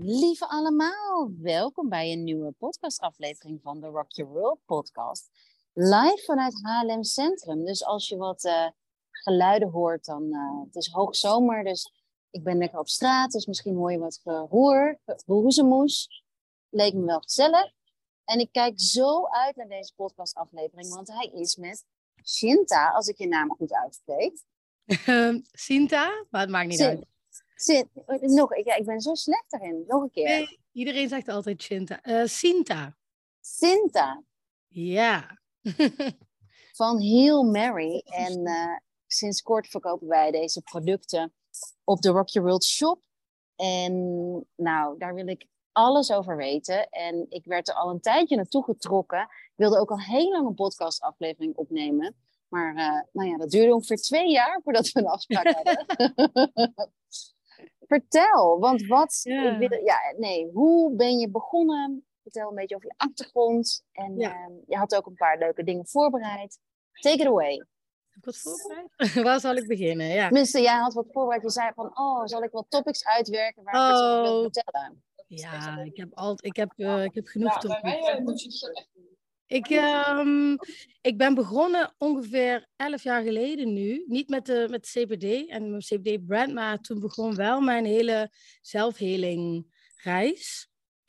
Lieve allemaal, welkom bij een nieuwe podcastaflevering van de Rock Your World podcast. Live vanuit Haarlem Centrum. Dus als je wat geluiden hoort, dan het is hoogzomer, dus ik ben lekker op straat. Dus misschien hoor je wat geroezemoes. Leek me wel gezellig. En ik kijk zo uit naar deze podcastaflevering, want hij is met Shinta, als ik je naam goed uitspreek. Sinta, maar het maakt niet uit. Ik ben zo slecht erin. Nog een keer. Nee, iedereen zegt altijd Sinta. Sinta. Sinta. Ja. Van Heal Mary. En sinds kort verkopen wij deze producten op de Rock Your World shop. En nou, daar wil ik alles over weten. En ik werd er al een tijdje naartoe getrokken. Ik wilde ook al heel lang een podcastaflevering opnemen. Maar dat duurde ongeveer 2 jaar voordat we een afspraak hadden. Vertel, want hoe ben je begonnen? Vertel een beetje over je achtergrond. En je had ook een paar leuke dingen voorbereid. Take it away. Heb ik wat voorbereid? Waar zal ik beginnen? Ja. Tenminste, jij had wat voorbereid. Je zei van, zal ik wat topics uitwerken waar ik iets over wil vertellen? Ja, ik heb genoeg topics. Ik ben begonnen ongeveer 11 jaar geleden nu. Niet met de CBD en mijn CBD-brand, maar toen begon wel mijn hele zelfheling reis.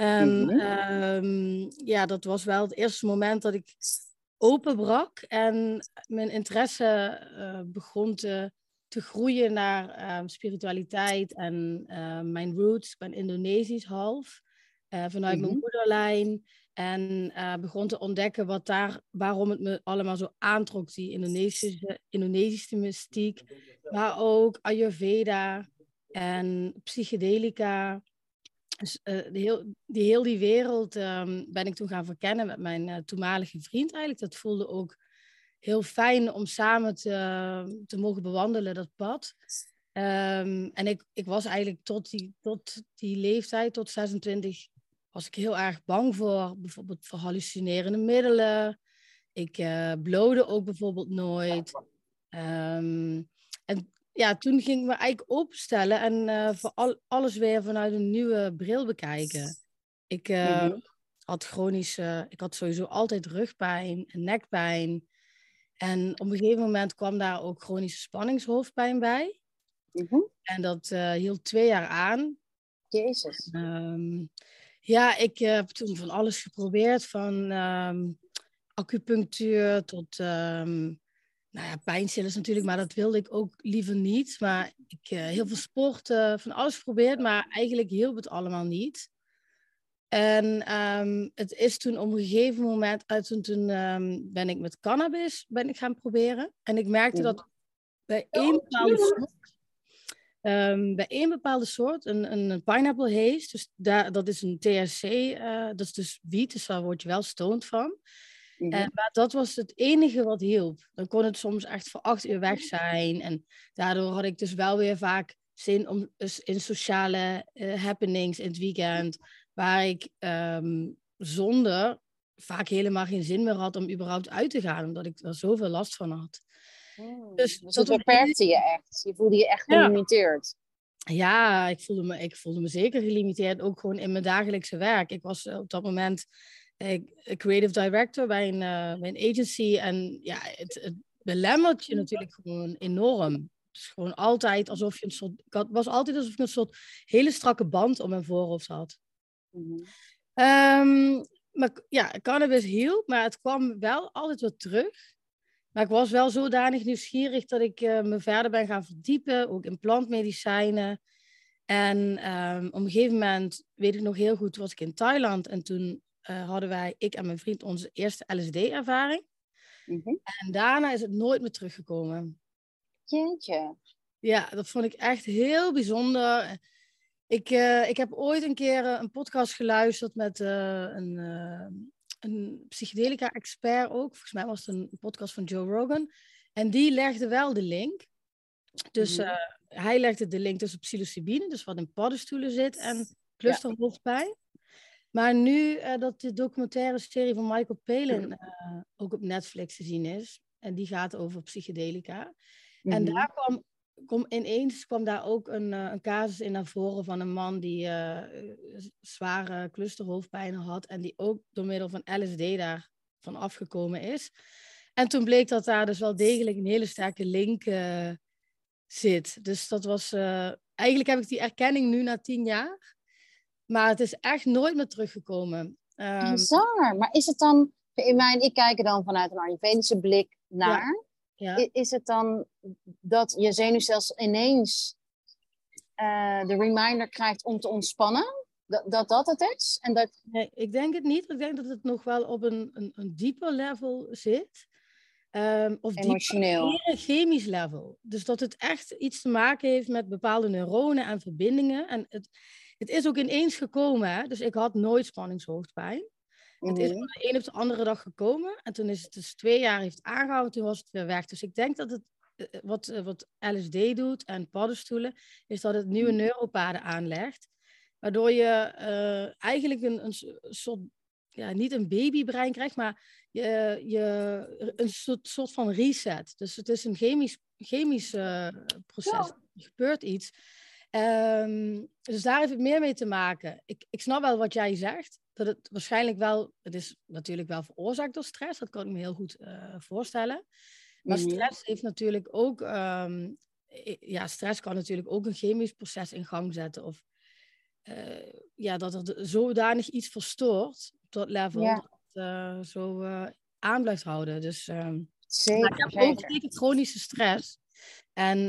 En dat was wel het eerste moment dat ik openbrak en mijn interesse begon te groeien naar spiritualiteit en mijn roots. Ik ben Indonesisch half, vanuit mijn moederlijn. En begon te ontdekken waarom het me allemaal zo aantrok, die Indonesische mystiek, maar ook Ayurveda en psychedelica. Dus die wereld ben ik toen gaan verkennen met mijn toenmalige vriend eigenlijk. Dat voelde ook heel fijn om samen te mogen bewandelen, dat pad. En ik was eigenlijk tot die leeftijd, tot 26, was ik heel erg bang voor. Bijvoorbeeld voor hallucinerende middelen. Ik blode ook bijvoorbeeld nooit. Toen ging ik me eigenlijk openstellen en voor alles weer vanuit een nieuwe bril bekijken. Ik had sowieso altijd rugpijn en nekpijn. En op een gegeven moment kwam daar ook chronische spanningshoofdpijn bij. En dat hield 2 jaar aan. Jezus. Ik heb toen van alles geprobeerd. Van acupunctuur tot pijnstillers natuurlijk. Maar dat wilde ik ook liever niet. Maar ik heel veel sporten, van alles geprobeerd. Maar eigenlijk hielp het allemaal niet. En het is toen op een gegeven moment, toen ben ik met cannabis gaan proberen. En ik merkte dat bij één bepaalde soort, een pineapple haze, dus dat is een THC, dat is dus wiet, dus daar word je wel stoned van. Maar dat was het enige wat hielp. Dan kon het soms echt voor 8 uur weg zijn. En daardoor had ik dus wel weer vaak zin om in sociale happenings in het weekend, waar ik zonder vaak helemaal geen zin meer had om überhaupt uit te gaan, omdat ik er zoveel last van had. Dus dat beperkte je echt? Je voelde je echt gelimiteerd? Ja, ik voelde me zeker gelimiteerd, ook gewoon in mijn dagelijkse werk. Ik was op dat moment creative director bij een agency en ja, het belemmert je natuurlijk gewoon enorm. Het is gewoon altijd alsof je alsof ik een soort hele strakke band om mijn voorhoofd had. Maar ja, cannabis hielp, maar het kwam wel altijd weer terug. Maar ik was wel zodanig nieuwsgierig dat ik me verder ben gaan verdiepen, ook in plantmedicijnen. En op een gegeven moment, weet ik nog heel goed, was ik in Thailand. En toen hadden ik en mijn vriend, onze eerste LSD-ervaring. En daarna is het nooit meer teruggekomen. Jeetje. Ja, dat vond ik echt heel bijzonder. Ik heb ooit een keer een podcast geluisterd met een psychedelica-expert ook. Volgens mij was het een podcast van Joe Rogan. En die legde wel de link. Dus hij legde de link tussen psilocybine, dus wat in paddenstoelen zit, en clusterhoofdpijn. Maar nu dat de documentaire serie van Michael Palin ook op Netflix te zien is, en die gaat over psychedelica. En daar ineens kwam daar ook een casus in naar voren van een man die zware clusterhoofdpijn had en die ook door middel van LSD daarvan afgekomen is. En toen bleek dat daar dus wel degelijk een hele sterke link zit. Dus dat was... eigenlijk heb ik die erkenning nu na 10 jaar. Maar het is echt nooit meer teruggekomen. Bizar. Maar is het dan... Ik kijk er dan vanuit een Ayurvedische blik naar. Ja. Is het dan dat je zenuwstelsel ineens de reminder krijgt om te ontspannen? Dat het is? En dat... Nee, ik denk het niet. Ik denk dat het nog wel op een dieper level zit. Of Emotioneel. Dieper, een chemisch level. Dus dat het echt iets te maken heeft met bepaalde neuronen en verbindingen. En het is ook ineens gekomen. Hè? Dus ik had nooit spanningshoofdpijn. Het is van de een op de andere dag gekomen. En toen is het dus 2 jaar heeft aangehouden. Toen was het weer weg. Dus ik denk dat het wat LSD doet en paddenstoelen, is dat het nieuwe neuropaden aanlegt. Waardoor je eigenlijk een soort, niet een babybrein krijgt, maar een soort van reset. Dus het is een chemisch proces. Ja. Er gebeurt iets. Dus daar heeft het meer mee te maken. Ik snap wel wat jij zegt. Dat het waarschijnlijk wel... Het is natuurlijk wel veroorzaakt door stress. Dat kan ik me heel goed voorstellen. Maar stress heeft natuurlijk ook... stress kan natuurlijk ook een chemisch proces in gang zetten. Of dat er zodanig iets verstoort op dat level. Ja. Dat het zo aan blijft houden. Dus zeker, ik heb ook zeker chronische stress. En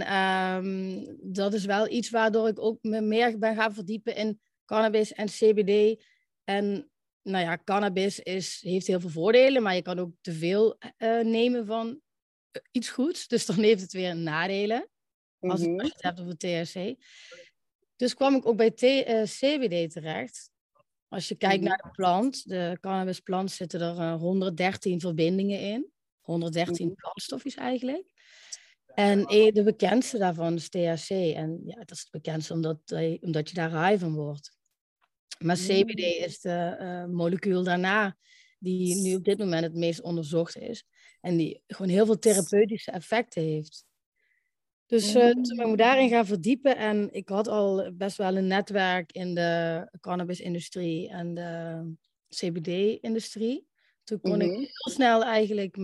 dat is wel iets waardoor ik ook me meer ben gaan verdiepen in cannabis en CBD. En nou ja, cannabis heeft heel veel voordelen, maar je kan ook te veel nemen van iets goeds. Dus dan heeft het weer nadelen, als je het hebt over THC. Dus kwam ik ook bij CBD terecht. Als je kijkt naar de plant, de cannabisplant, zitten er 113 verbindingen in. 113 plantstofjes eigenlijk. En de bekendste daarvan is THC. En ja, dat is het bekendste omdat je daar high van wordt. Maar CBD is de molecuul daarna die nu op dit moment het meest onderzocht is. En die gewoon heel veel therapeutische effecten heeft. Dus toen ben ik me daarin gaan verdiepen. En ik had al best wel een netwerk in de cannabisindustrie en de CBD-industrie. Toen kon ik heel snel eigenlijk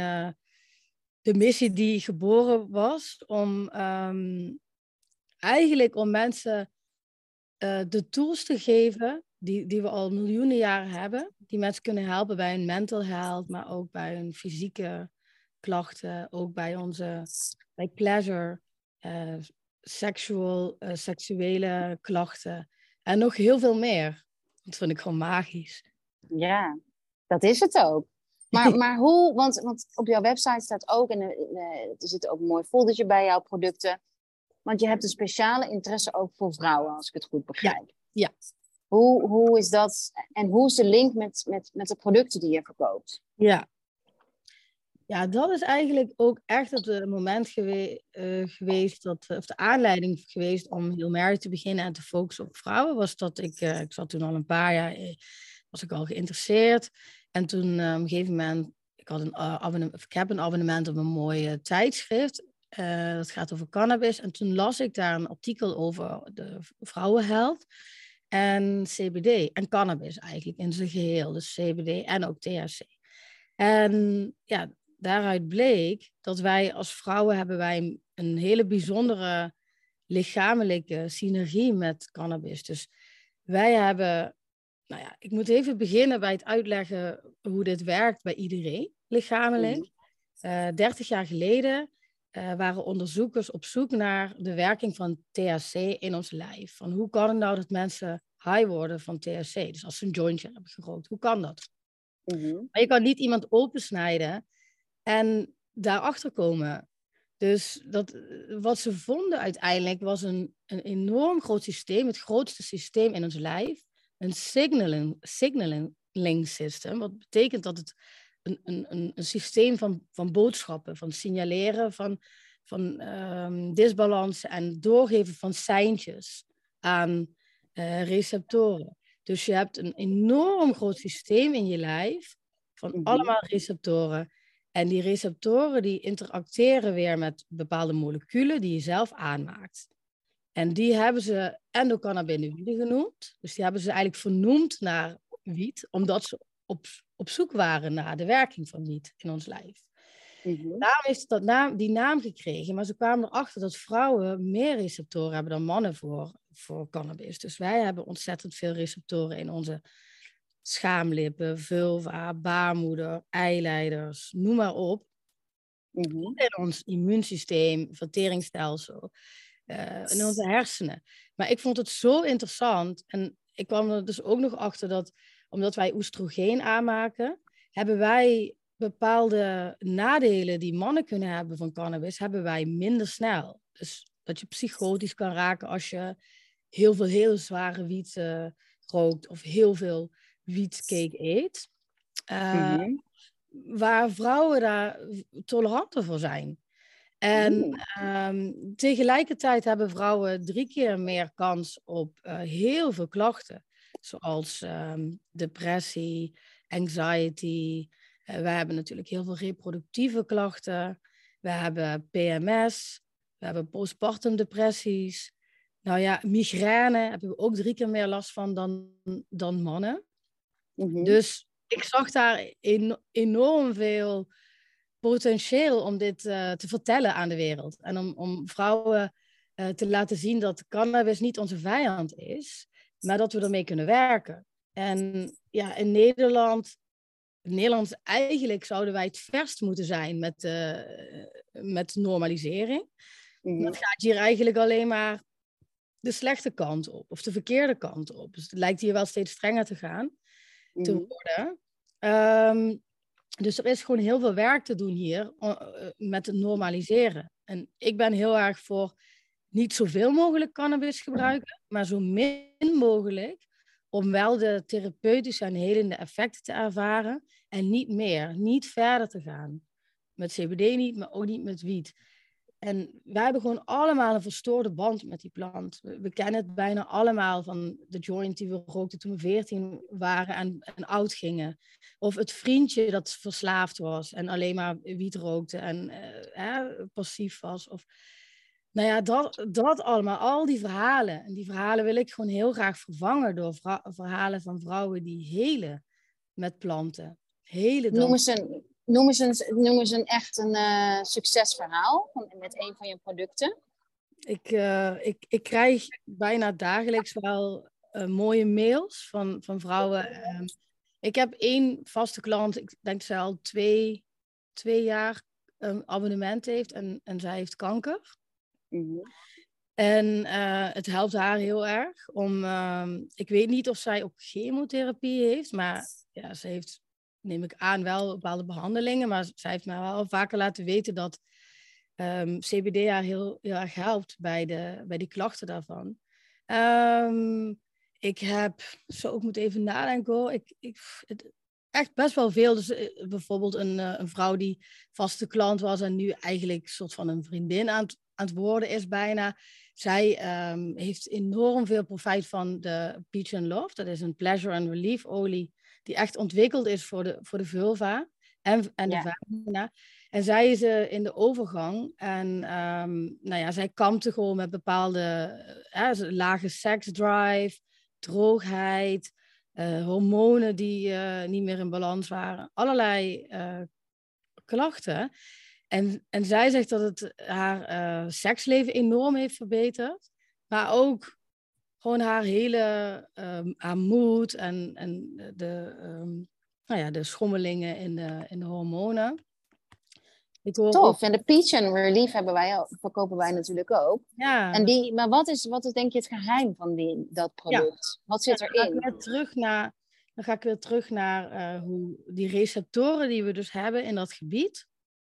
de missie die geboren was om eigenlijk om mensen de tools te geven die we al miljoenen jaren hebben. Die mensen kunnen helpen bij hun mental health, maar ook bij hun fysieke klachten. Ook bij pleasure, seksuele klachten. En nog heel veel meer. Dat vind ik gewoon magisch. Ja, dat is het ook. Maar hoe, want op jouw website staat ook, en er zit ook een mooi foldertje bij jouw producten. Want je hebt een speciale interesse ook voor vrouwen, als ik het goed begrijp. Ja. Hoe is dat? En hoe is de link met de producten die je verkoopt? Ja, dat is eigenlijk ook echt het moment geweest, of de aanleiding geweest om Heal Mary te beginnen en te focussen op vrouwen. Was dat ik zat toen al een paar jaar, was ik al geïnteresseerd. En toen op een gegeven moment, ik heb een abonnement op een mooi tijdschrift. Dat gaat over cannabis. En toen las ik daar een artikel over de vrouwenhealth en CBD en cannabis eigenlijk in zijn geheel. Dus CBD en ook THC. En ja, daaruit bleek dat wij als vrouwen hebben wij een hele bijzondere lichamelijke synergie met cannabis. Dus wij hebben, ik moet even beginnen bij het uitleggen hoe dit werkt bij iedereen lichamelijk. 30 jaar geleden waren onderzoekers op zoek naar de werking van THC in ons lijf. Van hoe kan het nou dat mensen high worden van THC? Dus als ze een jointje hebben gerookt, hoe kan dat? Maar je kan niet iemand opensnijden en daarachter komen. Dus wat ze vonden uiteindelijk was een enorm groot systeem, het grootste systeem in ons lijf. Een signaling system, wat betekent dat het een systeem van boodschappen, van signaleren, van disbalansen en doorgeven van seintjes aan receptoren. Dus je hebt een enorm groot systeem in je lijf van allemaal receptoren. En die receptoren die interacteren weer met bepaalde moleculen die je zelf aanmaakt. En die hebben ze endocannabinoïden genoemd. Dus die hebben ze eigenlijk vernoemd naar wiet, omdat ze op zoek waren naar de werking van wiet in ons lijf. Daarom heeft het die naam gekregen. Maar ze kwamen erachter dat vrouwen meer receptoren hebben dan mannen voor cannabis. Dus wij hebben ontzettend veel receptoren in onze schaamlippen, vulva, baarmoeder, eileiders, noem maar op. In ons immuunsysteem, verteringsstelsel, in onze hersenen. Maar ik vond het zo interessant. En ik kwam er dus ook nog achter dat, omdat wij oestrogeen aanmaken, hebben wij bepaalde nadelen die mannen kunnen hebben van cannabis, hebben wij minder snel. Dus dat je psychotisch kan raken als je heel veel heel zware wiet rookt of heel veel wietcake eet. Waar vrouwen daar toleranter voor zijn. En tegelijkertijd hebben vrouwen 3 keer meer kans op heel veel klachten. Zoals depressie, anxiety. We hebben natuurlijk heel veel reproductieve klachten. We hebben PMS. We hebben postpartum depressies. Nou ja, migraine hebben we ook 3 keer meer last van dan mannen. Dus ik zag daar enorm veel potentieel om dit te vertellen aan de wereld. En om vrouwen te laten zien dat cannabis niet onze vijand is, maar dat we ermee kunnen werken. En ja, in Nederland eigenlijk zouden wij het verst moeten zijn met normalisering. Maar het gaat hier eigenlijk alleen maar de slechte kant op, of de verkeerde kant op. Dus het lijkt hier wel steeds strenger te worden. Dus er is gewoon heel veel werk te doen hier met het normaliseren. En ik ben heel erg voor niet zoveel mogelijk cannabis gebruiken, maar zo min mogelijk, om wel de therapeutische en helende effecten te ervaren en niet meer, niet verder te gaan. Met CBD niet, maar ook niet met wiet. En wij hebben gewoon allemaal een verstoorde band met die plant. We kennen het bijna allemaal van de joint die we rookten toen we 14 waren en oud gingen. Of het vriendje dat verslaafd was en alleen maar wiet rookte en passief was. Of, nou ja, dat allemaal, al die verhalen. En die verhalen wil ik gewoon heel graag vervangen door verhalen van vrouwen die helen met planten. Noem eens een echt een succesverhaal met een van je producten. Ik krijg bijna dagelijks wel mooie mails van vrouwen. Ik heb 1 vaste klant, ik denk dat zij al 2 jaar een abonnement heeft en zij heeft kanker. En het helpt haar heel erg ik weet niet of zij ook chemotherapie heeft, maar ja, ze heeft, neem ik aan, wel bepaalde behandelingen. Maar zij heeft mij wel vaker laten weten dat CBD haar heel, heel erg helpt bij die klachten daarvan. Ik moet even nadenken hoor. Echt best wel veel. Dus bijvoorbeeld een vrouw die vaste klant was en nu eigenlijk een soort van een vriendin aan het worden is bijna. Zij heeft enorm veel profijt van de Peach and Love. Dat is een pleasure and relief olie die echt ontwikkeld is voor de vulva en de vagina. En zij is in de overgang en zij kampte gewoon met bepaalde lage seksdrive, droogheid, hormonen die niet meer in balans waren. Allerlei klachten. En zij zegt dat het haar seksleven enorm heeft verbeterd. Maar ook gewoon haar hele haar moed en de schommelingen in de hormonen. Tof. En de Peach and Relief verkopen wij natuurlijk ook. Ja. Maar wat is denk je het geheim van dat product? Ja. Wat zit erin? Dan ga ik weer terug naar hoe die receptoren die we dus hebben in dat gebied.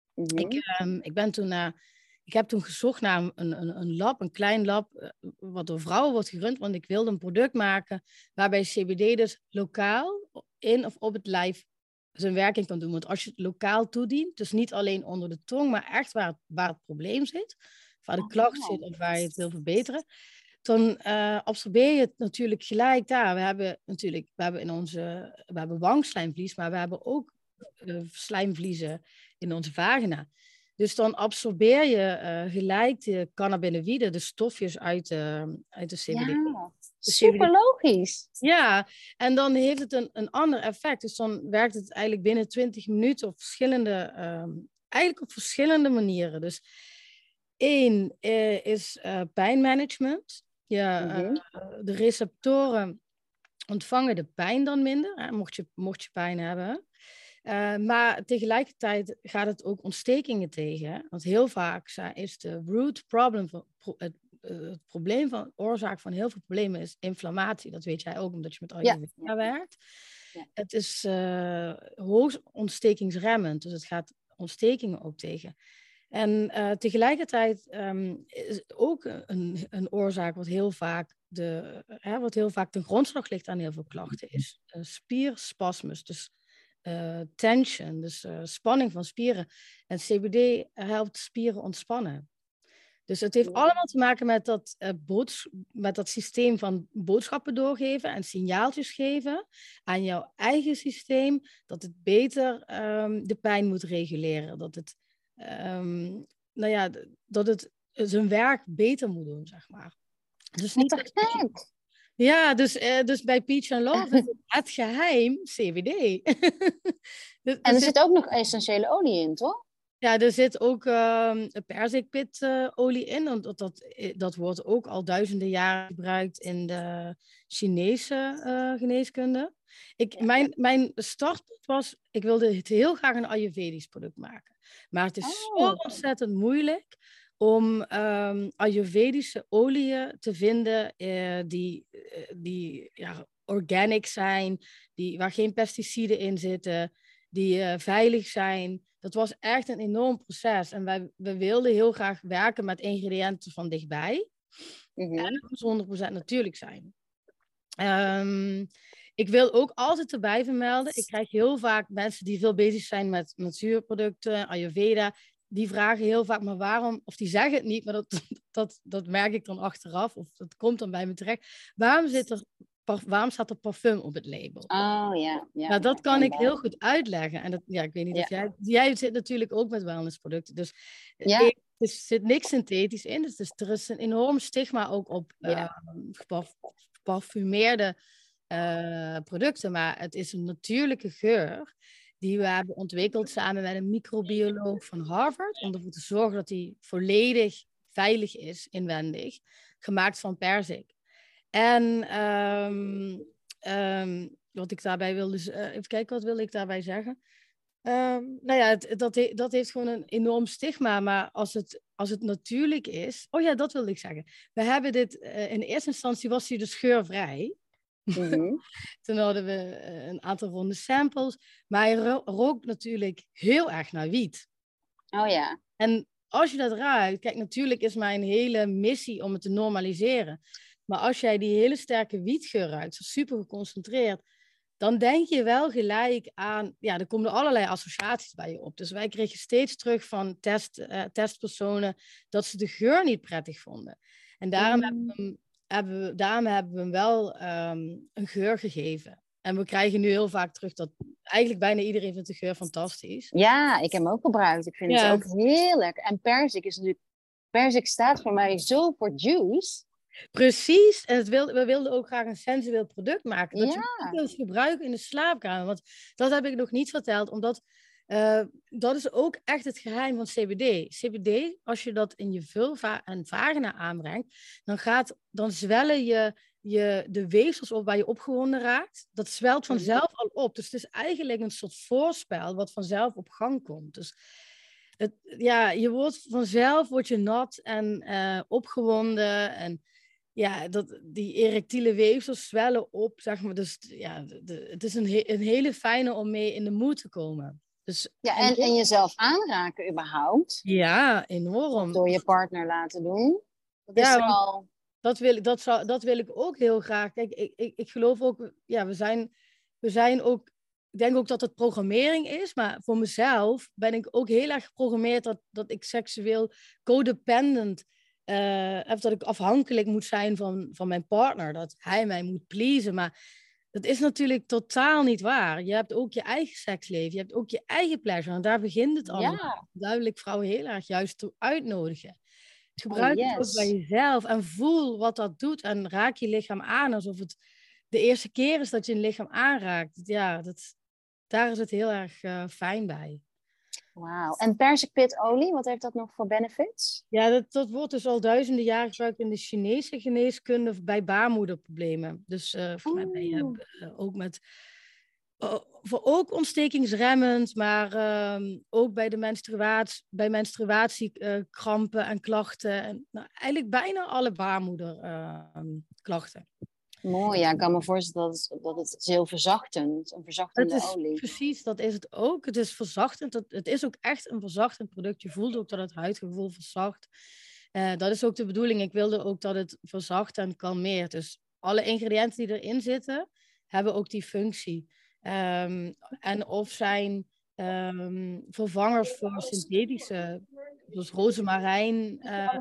Ik heb toen gezocht naar een klein lab, wat door vrouwen wordt gerund, want ik wilde een product maken waarbij CBD dus lokaal in of op het lijf zijn werking kan doen. Want als je het lokaal toedient, dus niet alleen onder de tong, maar echt waar het probleem zit, waar de klacht zit of waar je het wil verbeteren, dan absorbeer je het natuurlijk gelijk daar. We hebben wangslijmvlies, maar we hebben ook slijmvliezen in onze vagina. Dus dan absorbeer je gelijk de cannabinoïden, de stofjes uit de CBD. Ja, De super CBD. logisch. Ja, en dan heeft het een ander effect. Dus dan werkt het eigenlijk binnen 20 minuten op eigenlijk op verschillende manieren. Dus één is pijnmanagement. De receptoren ontvangen de pijn dan minder, hè, mocht je pijn hebben. Maar tegelijkertijd gaat het ook ontstekingen tegen. Want heel vaak is de root problem van het probleem van oorzaak van heel veel problemen is inflammatie. Dat weet jij ook omdat je met Ayurveda werkt. Ja. Het is hoog ontstekingsremmend, dus het gaat ontstekingen ook tegen. En tegelijkertijd is ook een oorzaak wat heel vaak ten grondslag ligt aan heel veel klachten is spierspasmus, dus tension, dus spanning van spieren. En CBD helpt spieren ontspannen. Dus het heeft allemaal te maken met dat systeem van boodschappen doorgeven en signaaltjes geven aan jouw eigen systeem dat het beter de pijn moet reguleren. Dat het zijn werk beter moet doen, zeg maar. Dus niet gek. Ja, dus bij Peach and Love is het geheim CBD. En er zit ook nog essentiële olie in, toch? Ja, er zit ook perzikpitolie in. Want dat wordt ook al duizenden jaren gebruikt in de Chinese geneeskunde. Mijn startpunt was, ik wilde het heel graag een Ayurvedisch product maken. Maar het is zo ontzettend moeilijk om Ayurvedische oliën te vinden die organic zijn, waar geen pesticiden in zitten, die veilig zijn. Dat was echt een enorm proces. En we wilden heel graag werken met ingrediënten van dichtbij. En het moest 100% natuurlijk zijn. Ik wil ook altijd erbij vermelden, ik krijg heel vaak mensen die veel bezig zijn met zuurproducten, Ayurveda, die vragen heel vaak, maar waarom, of die zeggen het niet, maar dat merk ik dan achteraf, of dat komt dan bij me terecht. Waarom staat er parfum op het label? Oh ja. Nou, dat kan ik heel goed uitleggen. En ik weet niet of jij zit natuurlijk ook met wellnessproducten. Dus er zit niks synthetisch in. Dus er is een enorm stigma ook op geparfumeerde producten. Maar het is een natuurlijke geur die we hebben ontwikkeld samen met een microbioloog van Harvard. Om ervoor te zorgen dat die volledig veilig is inwendig. Gemaakt van perzik. En wat ik daarbij wilde... even kijken, wat wilde ik daarbij zeggen? Dat heeft gewoon een enorm stigma. Maar als het natuurlijk is... Oh ja, dat wilde ik zeggen. We hebben dit... in eerste instantie was hij dus geurvrij. Toen hadden we een aantal ronde samples. Maar hij rookt natuurlijk heel erg naar wiet. Oh ja. En als je dat ruikt... Kijk, natuurlijk is mijn hele missie om het te normaliseren. Maar als jij die hele sterke wietgeur ruikt, zo super geconcentreerd, dan denk je wel gelijk aan... Ja, er komen allerlei associaties bij je op. Dus wij kregen steeds terug van testpersonen dat ze de geur niet prettig vonden. En daarom hebben we hem wel een geur gegeven. En we krijgen nu heel vaak terug dat eigenlijk bijna iedereen vindt de geur fantastisch. Ja, ik heb hem ook gebruikt. Ik vind het ook heerlijk. En perzik staat voor mij zo voor juice. Precies, en we wilden ook graag een sensueel product maken. Dat je het kunt gebruiken in de slaapkamer. Want dat heb ik nog niet verteld, omdat dat is ook echt het geheim van CBD. CBD, als je dat in je vulva en vagina aanbrengt, dan zwellen de weefsels op waar je opgewonden raakt. Dat zwelt vanzelf al op. Dus het is eigenlijk een soort voorspel wat vanzelf op gang komt. Dus word je nat en opgewonden en ja, die erectiele weefsels zwellen op, zeg maar. Dus ja, het is een hele fijne om mee in de mood te komen. Dus, ja, en jezelf aanraken überhaupt. Ja, enorm. Of door je partner laten doen. Dat is al... Dat wil ik ook heel graag. Kijk, ik geloof ook, ja, we zijn ook, ik denk ook dat het programmering is, maar voor mezelf ben ik ook heel erg geprogrammeerd dat ik seksueel codependent dat ik afhankelijk moet zijn van mijn partner, dat hij mij moet pleasen. Maar Dat is natuurlijk totaal niet waar. Je hebt ook je eigen seksleven. Je hebt ook je eigen pleasure. En daar begint het allemaal. Ja, Duidelijk vrouwen heel erg juist toe uitnodigen. oh Gebruik het ook bij yes. jezelf. En voel wat dat doet. En raak je lichaam aan alsof het de eerste keer is dat je een lichaam aanraakt. Ja, daar is het heel erg fijn bij. Wauw. En perzikpitolie, wat heeft dat nog voor benefits? Ja, dat wordt dus al duizenden jaren gebruikt in de Chinese geneeskunde bij baarmoederproblemen. Dus volgens mij ben je Oeh. ook met... voor ook ontstekingsremmend, maar ook bij de menstruatiekrampen en klachten. En, nou, eigenlijk bijna alle baarmoederklachten. Mooi, ja. Ik kan me voorstellen dat het is heel verzachtend. Een Het verzachtende is olie. precies, dat is het ook. Het is verzachtend. Het is ook echt een verzachtend product. Je voelt ook dat het huidgevoel verzacht. Dat is ook de bedoeling. Ik wilde ook dat het verzacht en kalmeert. Dus alle ingrediënten die erin zitten, hebben ook die functie. En of zijn vervangers voor synthetische, zoals rozemarijn.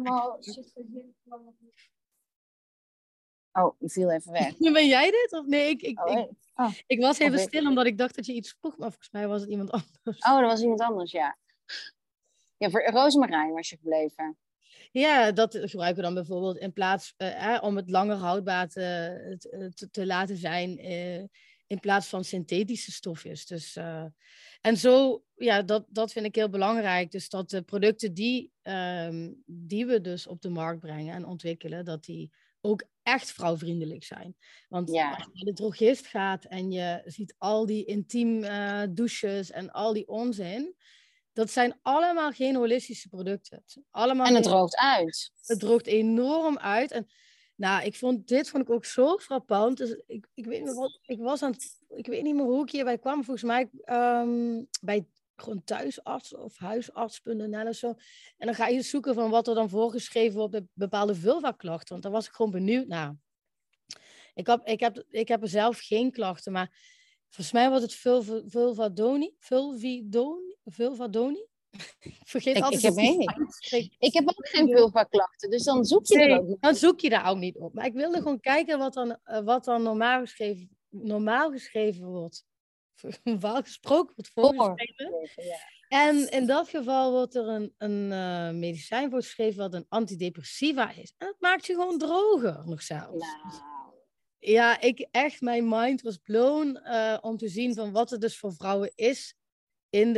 Oh, die viel even weg. Ben jij dit? Of nee, Oh, ik was even of stil omdat ik dacht dat je iets vroeg, maar volgens mij was het iemand anders. oh, dat was iemand anders, ja. Ja, voor rozemarijn was je gebleven. Ja, dat gebruiken we dan bijvoorbeeld in plaats om het langer houdbaar te laten zijn in plaats van synthetische stofjes. Dus, en zo, ja, dat vind ik heel belangrijk. Dus dat de producten die we dus op de markt brengen en ontwikkelen, dat die ook echt vrouwvriendelijk zijn. Want als je naar de drogist gaat en je ziet al die intiem douches en al die onzin, dat zijn allemaal geen holistische producten. En het droogt uit. Het droogt enorm uit. En nou, dit vond ik ook zo frappant. Dus ik weet niet wat, ik weet niet meer hoe ik hierbij kwam. Volgens mij bij gewoon thuisarts of huisarts.nl of zo. En dan ga je zoeken van wat er dan voorgeschreven wordt bij bepaalde vulva-klachten. Want daar was ik gewoon benieuwd naar. Ik heb er zelf geen klachten, maar volgens mij was het vulvadoni. Ik vergeet altijd. Ik heb ook geen vulva-klachten, dus dan zoek je er ook niet. Dan zoek je daar ook niet op. Maar ik wilde gewoon kijken wat dan normaal geschreven wordt. Normaal gesproken wordt voorgeschreven. Ja. En in dat geval wordt er een medicijn voorgeschreven wat een antidepressiva is. En dat maakt je gewoon droger nog zelfs. Nou. Ja, mijn mind was blown om te zien van wat het dus voor vrouwen is in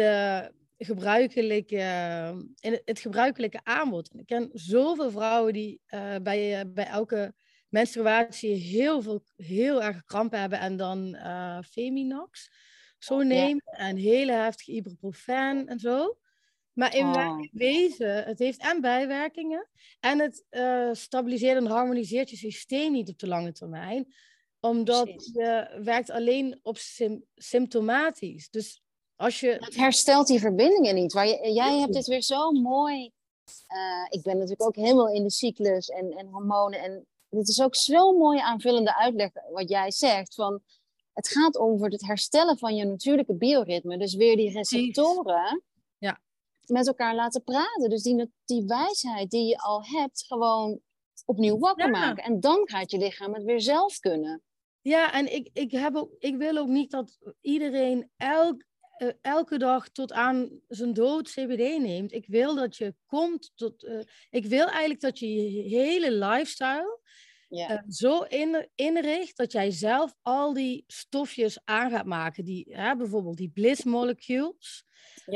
het gebruikelijke aanbod. En ik ken zoveel vrouwen die bij elke menstruatie heel erg krampen hebben en dan Feminax zo nemen en hele heftige ibuprofen en zo. Maar in wezen, het heeft en bijwerkingen en het stabiliseert en harmoniseert je systeem niet op de lange termijn, omdat je werkt alleen op symptomatisch. Dus het herstelt die verbindingen niet. Jij hebt dit weer zo mooi. Ik ben natuurlijk ook helemaal in de cyclus en hormonen. En dit is ook zo'n mooie aanvullende uitleg wat jij zegt. Van, het gaat over het herstellen van je natuurlijke bioritme. Dus weer die receptoren met elkaar laten praten. Dus die wijsheid die je al hebt, gewoon opnieuw wakker maken. En dan gaat je lichaam het weer zelf kunnen. Ja, en ik wil ook niet dat iedereen elke dag tot aan zijn dood CBD neemt. Ik wil dat je komt tot... ik wil eigenlijk dat je hele lifestyle zo inricht dat jij zelf al die stofjes aan gaat maken. Bijvoorbeeld die bliss molecules.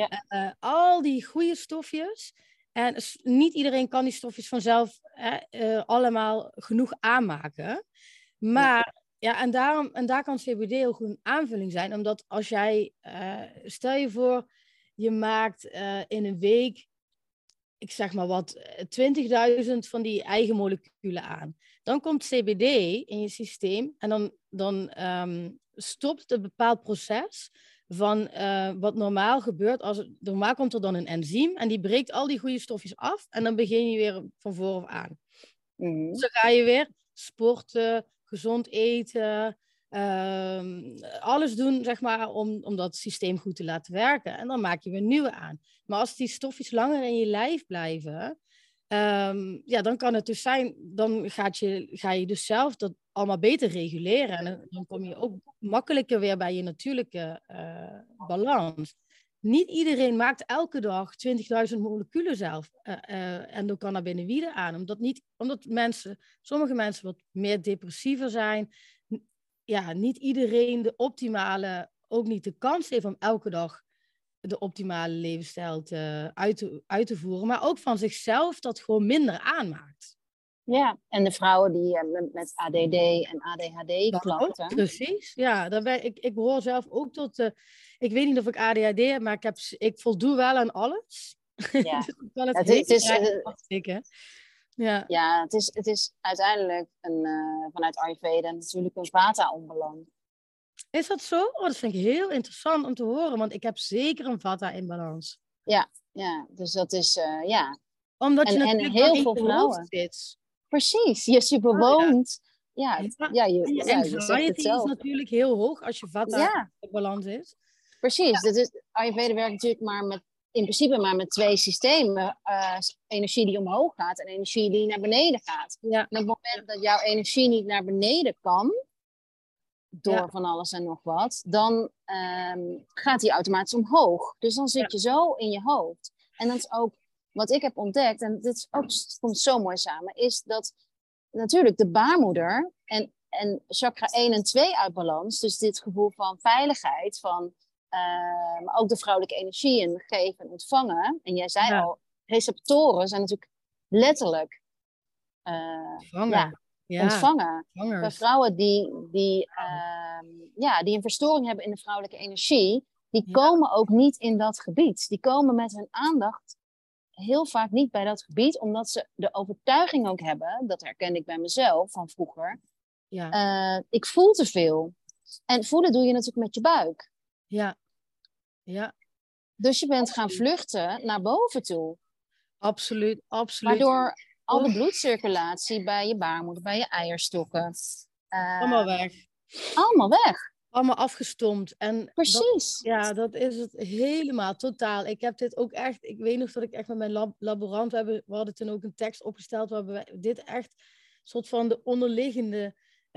Al die goede stofjes. En niet iedereen kan die stofjes vanzelf allemaal genoeg aanmaken. Maar... Ja, en daar kan CBD heel goed een aanvulling zijn. Omdat als jij, stel je voor, je maakt in een week, ik zeg maar wat, 20.000 van die eigen moleculen aan. Dan komt CBD in je systeem en dan stopt een bepaald proces van wat normaal gebeurt. Normaal komt er dan een enzym en die breekt al die goede stofjes af en dan begin je weer van vooraf aan. Mm-hmm. Dus dan ga je weer sporten, gezond eten, alles doen, zeg maar, om dat systeem goed te laten werken. En dan maak je weer nieuwe aan. Maar als die stofjes langer in je lijf blijven, dan kan het dus zijn, dan ga je dus zelf allemaal beter reguleren. En dan kom je ook makkelijker weer bij je natuurlijke balans. Niet iedereen maakt elke dag 20.000 moleculen zelf endocannabinoïden aan. Omdat sommige mensen wat meer depressiever zijn. Ja, niet iedereen de optimale, ook niet de kans heeft om elke dag de optimale levensstijl uit te voeren. Maar ook van zichzelf dat gewoon minder aanmaakt. Ja, en de vrouwen die met ADD en ADHD-klachten. Precies, ja. Ik behoor zelf ook tot... ik weet niet of ik ADHD heb, maar ik voldoe wel aan alles. Ja. Dus ik kan het Het is, aftikken. Ja. Ja, het is uiteindelijk vanuit Ayurveda natuurlijk een vata-onbalans. Is dat zo? Oh, dat vind ik heel interessant om te horen, want ik heb zeker een vata in balans. Ja, dus dat is, ja. Omdat je en natuurlijk heel in veel je vrouwen. hoofd zit. Precies, je bewoont. Je anxiety zegt het is zelf. natuurlijk heel hoog als je vata in balans is. Precies, Ayurveda werkt natuurlijk in principe maar met 2 systemen. Energie die omhoog gaat en energie die naar beneden gaat. Ja. En op het moment dat jouw energie niet naar beneden kan, door van alles en nog wat, dan gaat die automatisch omhoog. Dus dan zit je zo in je hoofd. En dat is ook wat ik heb ontdekt, en het komt zo mooi samen, is dat natuurlijk de baarmoeder en chakra 1 en 2 uit balans, dus dit gevoel van veiligheid, maar ook de vrouwelijke energie in geven en ontvangen. En jij zei al, receptoren zijn natuurlijk letterlijk ontvangen. Bij vrouwen die een verstoring hebben in de vrouwelijke energie, die komen ook niet in dat gebied. Die komen met hun aandacht heel vaak niet bij dat gebied, omdat ze de overtuiging ook hebben, dat herken ik bij mezelf van vroeger, ik voel te veel. En voelen doe je natuurlijk met je buik. Ja. Dus je bent gaan vluchten naar boven toe. Absoluut. Waardoor al de bloedcirculatie bij je baarmoeder, bij je eierstokken. Allemaal weg. Allemaal weg. Allemaal afgestompt. En precies. Dat is het helemaal, totaal. Ik heb dit ook echt, ik weet nog dat ik echt met mijn laborant, we hadden toen ook een tekst opgesteld waar we dit echt soort van de onderliggende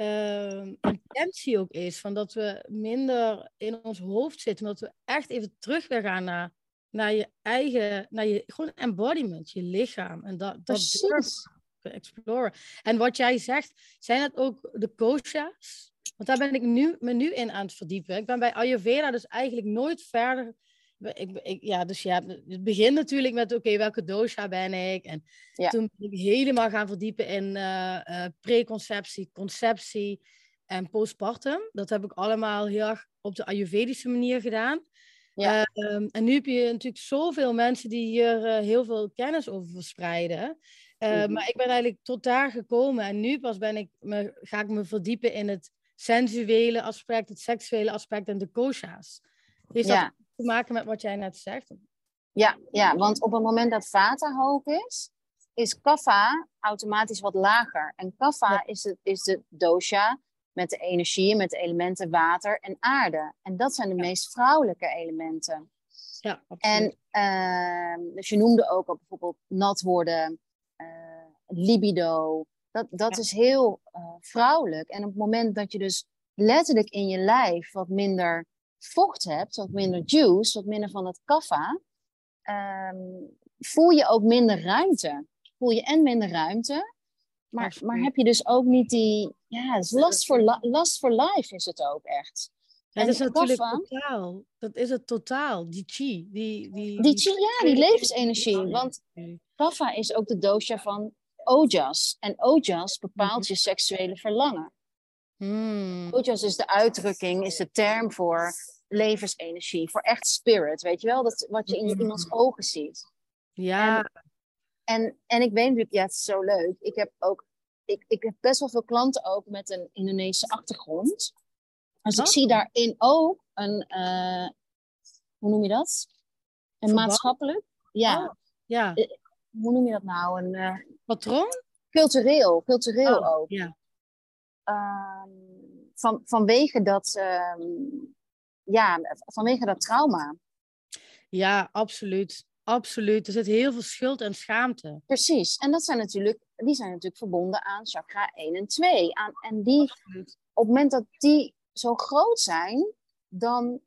intentie ook is. Van dat we minder in ons hoofd zitten, maar dat we echt even terug weer gaan naar je eigen, naar je gewoon embodiment, je lichaam. En dat te exploren. En wat jij zegt, zijn het ook de kosha's? Want daar ben ik me nu in aan het verdiepen. Ik ben bij Ayurveda dus eigenlijk nooit verder. Dus het begint natuurlijk met, welke dosha ben ik? En toen ben ik helemaal gaan verdiepen in preconceptie, conceptie en postpartum. Dat heb ik allemaal heel erg op de Ayurvedische manier gedaan. Ja. En nu heb je natuurlijk zoveel mensen die hier heel veel kennis over verspreiden. Maar ik ben eigenlijk tot daar gekomen. En nu pas ga ik me verdiepen in het sensuele aspect, het seksuele aspect en de kosha's. Heeft dat te maken met wat jij net zegt? Ja, want op het moment dat vata hoog is kapha automatisch wat lager. En kapha is de dosha met de energieën, met de elementen water en aarde. En dat zijn de meest vrouwelijke elementen. Ja, absoluut. En dus je noemde ook al bijvoorbeeld nat worden, libido. Dat is heel vrouwelijk. En op het moment dat je dus letterlijk in je lijf wat minder vocht hebt, wat minder juice, wat minder van het kapha, voel je ook minder ruimte. Voel je minder ruimte, maar heb je dus ook niet die... Ja, het is last for life is het ook echt. Ja, dat is natuurlijk totaal. Dat is het totaal. Die chi. Die chi, die levensenergie. Want kapha is ook de dosha van ojas. En ojas bepaalt je seksuele verlangen. Ojas is de uitdrukking, is de term voor levensenergie. Voor echt spirit, weet je wel? Dat wat je in iemands ogen ziet. Ja. En ik weet natuurlijk, het is zo leuk. Ik heb best wel veel klanten ook met een Indonesische achtergrond. Dus ik zie daarin ook een, hoe noem je dat? Een maatschappelijk? Ja. Hoe noem je dat nou? Een patroon? Cultureel ook. Ja. Vanwege dat trauma. Ja, absoluut. absoluut. Er zit heel veel schuld en schaamte. Precies. En die zijn natuurlijk verbonden aan chakra 1 en 2. En die, Absoluut. op het moment dat die zo groot zijn, dan,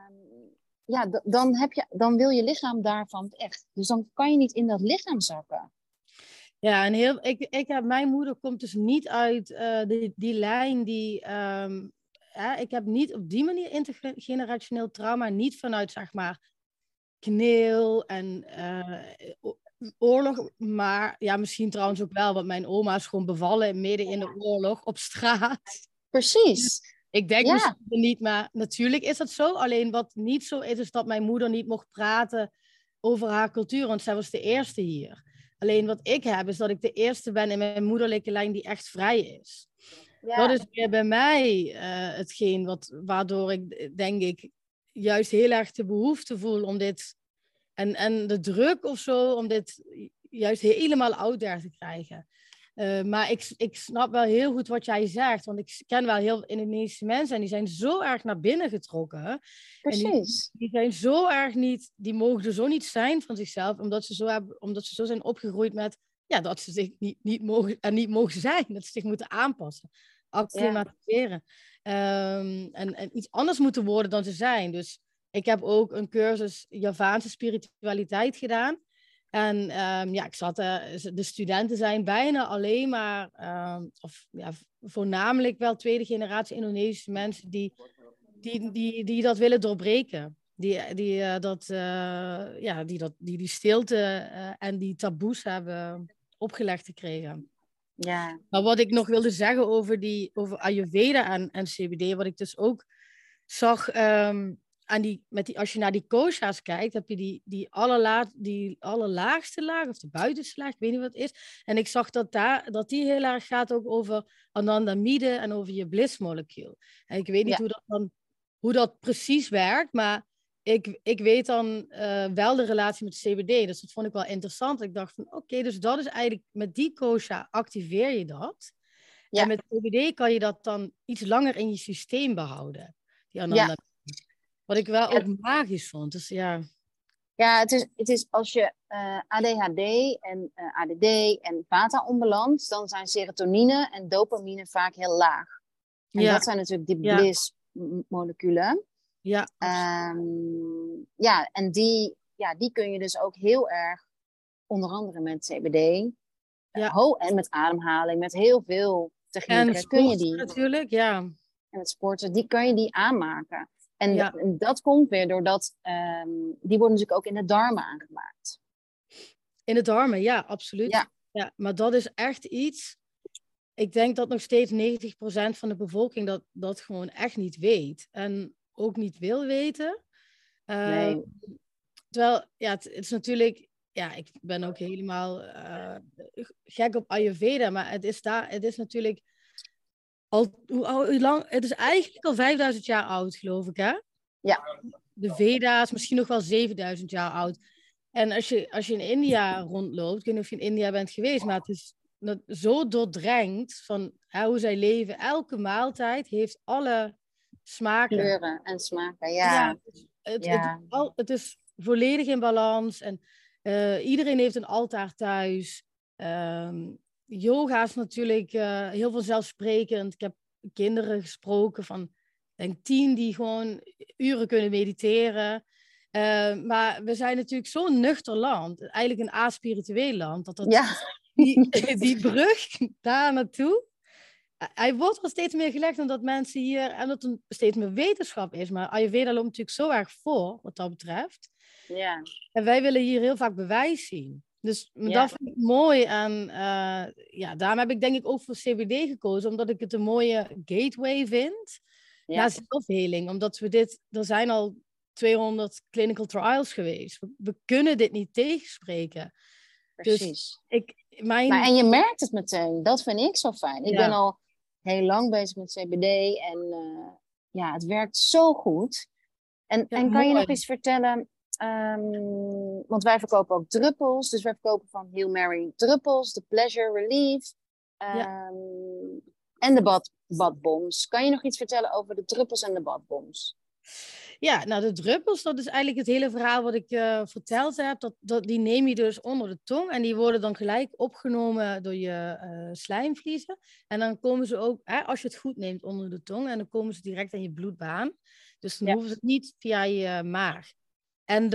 dan wil je lichaam daarvan het echt. Dus dan kan je niet in dat lichaam zakken. Ja, en mijn moeder komt dus niet uit die lijn die... ik heb niet op die manier intergenerationeel trauma, niet vanuit, zeg maar, kneel en oorlog. Maar ja, misschien trouwens ook wel, want mijn oma is gewoon bevallen midden in de oorlog op straat. Precies. Ik denk Ja. misschien niet, maar natuurlijk is dat zo. Alleen wat niet zo is, is dat mijn moeder niet mocht praten over haar cultuur, want zij was de eerste hier. Alleen wat ik heb, is dat ik de eerste ben in mijn moederlijke lijn die echt vrij is. Ja. Dat is weer bij mij hetgeen waardoor ik, denk ik, juist heel erg de behoefte voel om dit... En de druk of zo, om dit juist helemaal out there te krijgen. Maar ik snap wel heel goed wat jij zegt. Want ik ken wel heel veel Indonesische mensen en die zijn zo erg naar binnen getrokken. Precies. En die zijn zo erg niet, die mogen er zo niet zijn van zichzelf, omdat ze zo zijn opgegroeid met, ja, dat ze zich niet mogen zijn. Dat ze zich moeten aanpassen, acclimatiseren. En iets anders moeten worden dan ze zijn. Dus ik heb ook een cursus Javaanse spiritualiteit gedaan. En ik zat de studenten zijn bijna alleen maar, voornamelijk wel tweede generatie Indonesische mensen die dat willen doorbreken. Die stilte en die taboes hebben opgelegd gekregen. Ja. Maar wat ik nog wilde zeggen over Ayurveda en CBD, wat ik dus ook zag... als je naar die kosha's kijkt, heb je die allerlaagste laag, of de buitenste laag, ik weet niet wat het is. En ik zag dat die heel erg gaat ook over anandamide en over je blissmolecuul. En ik weet niet hoe dat precies werkt, maar ik weet dan wel de relatie met CBD. Dus dat vond ik wel interessant. Ik dacht van oké, dus dat is eigenlijk, met die kosha activeer je dat. Ja. En met CBD kan je dat dan iets langer in je systeem behouden. Die anandamide. Ja. Wat ik wel ook magisch vond. Dus ja. Ja, het is als je ADHD en ADD en Vata-onbalans, dan zijn serotonine en dopamine vaak heel laag. En dat zijn natuurlijk die bliss-moleculen. Ja. En die kun je dus ook heel erg, onder andere met CBD, en met ademhaling, met heel veel technieken. En kun je die natuurlijk, ja. En met sporten, die kun je die aanmaken. En dat komt weer doordat, die worden natuurlijk ook in de darmen aangemaakt. In de darmen, ja, absoluut. Ja, maar dat is echt iets, ik denk dat nog steeds 90% van de bevolking dat gewoon echt niet weet. En ook niet wil weten. Nee. Terwijl, ja, het is natuurlijk, ja, ik ben ook helemaal gek op Ayurveda, maar het is natuurlijk... Hoe lang? Het is eigenlijk al 5000 jaar oud, geloof ik, hè? Ja. De Veda's, misschien nog wel 7000 jaar oud. En als je in India rondloopt, ik weet niet of je in India bent geweest, maar het is zo doordrenkt van hoe zij leven. Elke maaltijd heeft alle smaken. Kleuren en smaken, ja. Het is volledig in balans. En iedereen heeft een altaar thuis. Yoga is natuurlijk heel vanzelfsprekend. Ik heb kinderen gesproken van, denk 10 die gewoon uren kunnen mediteren. Maar we zijn natuurlijk zo'n nuchter land. Eigenlijk een aspiritueel land. Die brug daar naartoe. Hij wordt al steeds meer gelegd omdat mensen hier... En dat er steeds meer wetenschap is. Maar Ayurveda loopt natuurlijk zo erg voor, wat dat betreft. Ja. En wij willen hier heel vaak bewijs zien. Dus dat vind ik mooi. En daarom heb ik denk ik ook voor CBD gekozen. Omdat ik het een mooie gateway vind naar zelfheling. Omdat er zijn al 200 clinical trials geweest. We kunnen dit niet tegenspreken. Precies. Dus en je merkt het meteen. Dat vind ik zo fijn. Ik ben al heel lang bezig met CBD. En het werkt zo goed. En kan je nog eens vertellen... want wij verkopen ook druppels. Dus wij verkopen van Heal Mary druppels, de Pleasure Relief en de badbombs. Kan je nog iets vertellen over de druppels en de badbombs? Ja, nou de druppels, dat is eigenlijk het hele verhaal wat ik verteld heb. Die neem je dus onder de tong en die worden dan gelijk opgenomen door je slijmvliezen. En dan komen ze ook, als je het goed neemt onder de tong, en dan komen ze direct aan je bloedbaan. Dus dan hoeven ze het niet via je maag. En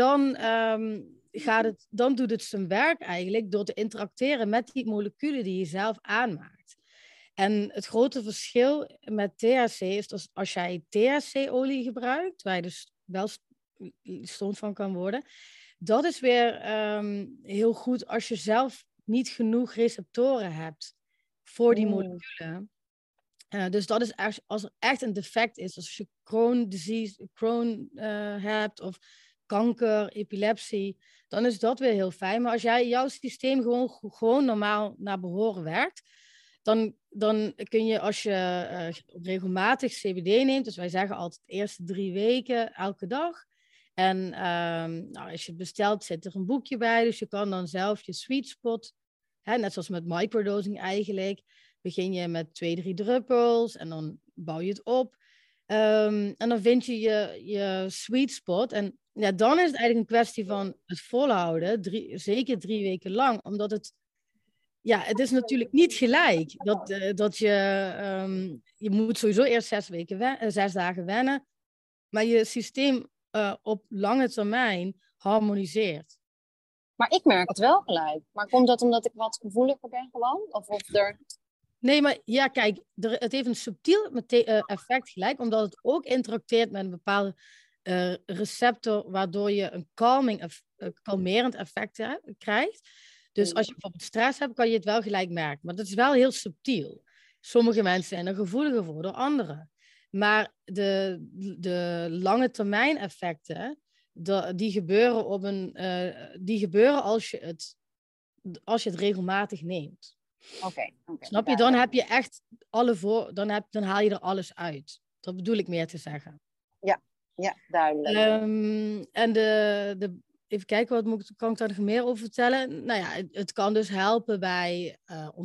dan doet het zijn werk eigenlijk door te interacteren met die moleculen die je zelf aanmaakt. En het grote verschil met THC is dat als jij THC-olie gebruikt, waar je dus wel stoned van kan worden, dat is weer heel goed als je zelf niet genoeg receptoren hebt voor die moleculen. Dus dat is als er echt een defect is, als je Crohn hebt of kanker, epilepsie, dan is dat weer heel fijn. Maar als jouw systeem gewoon normaal naar behoren werkt, dan kun je als je regelmatig CBD neemt, dus wij zeggen altijd de eerste 3 weken, elke dag. En als je het bestelt, zit er een boekje bij, dus je kan dan zelf je sweet spot, net zoals met microdosing eigenlijk, begin je met 2, 3 druppels en dan bouw je het op. En dan vind je je sweet spot. En ja, dan is het eigenlijk een kwestie van het volhouden, zeker 3 weken lang, omdat het is natuurlijk niet gelijk. Dat je moet sowieso eerst 6 dagen wennen, maar je systeem op lange termijn harmoniseert. Maar ik merk het wel gelijk. Maar komt dat omdat ik wat gevoeliger ben gewoon? Of er... Nee, maar ja, kijk, het heeft een subtiel effect gelijk, omdat het ook interacteert met een bepaalde receptor, waardoor je een kalmerend effect krijgt. Dus als je bijvoorbeeld stress hebt, kan je het wel gelijk merken. Maar dat is wel heel subtiel. Sommige mensen zijn er gevoeliger voor dan anderen. Maar de lange termijn effecten, die gebeuren als je het regelmatig neemt. Okay. Snap je? Dan heb je echt dan haal je er alles uit. Dat bedoel ik meer te zeggen. Ja, duidelijk. En even kijken, kan ik daar nog meer over vertellen? Nou ja, het kan dus helpen bij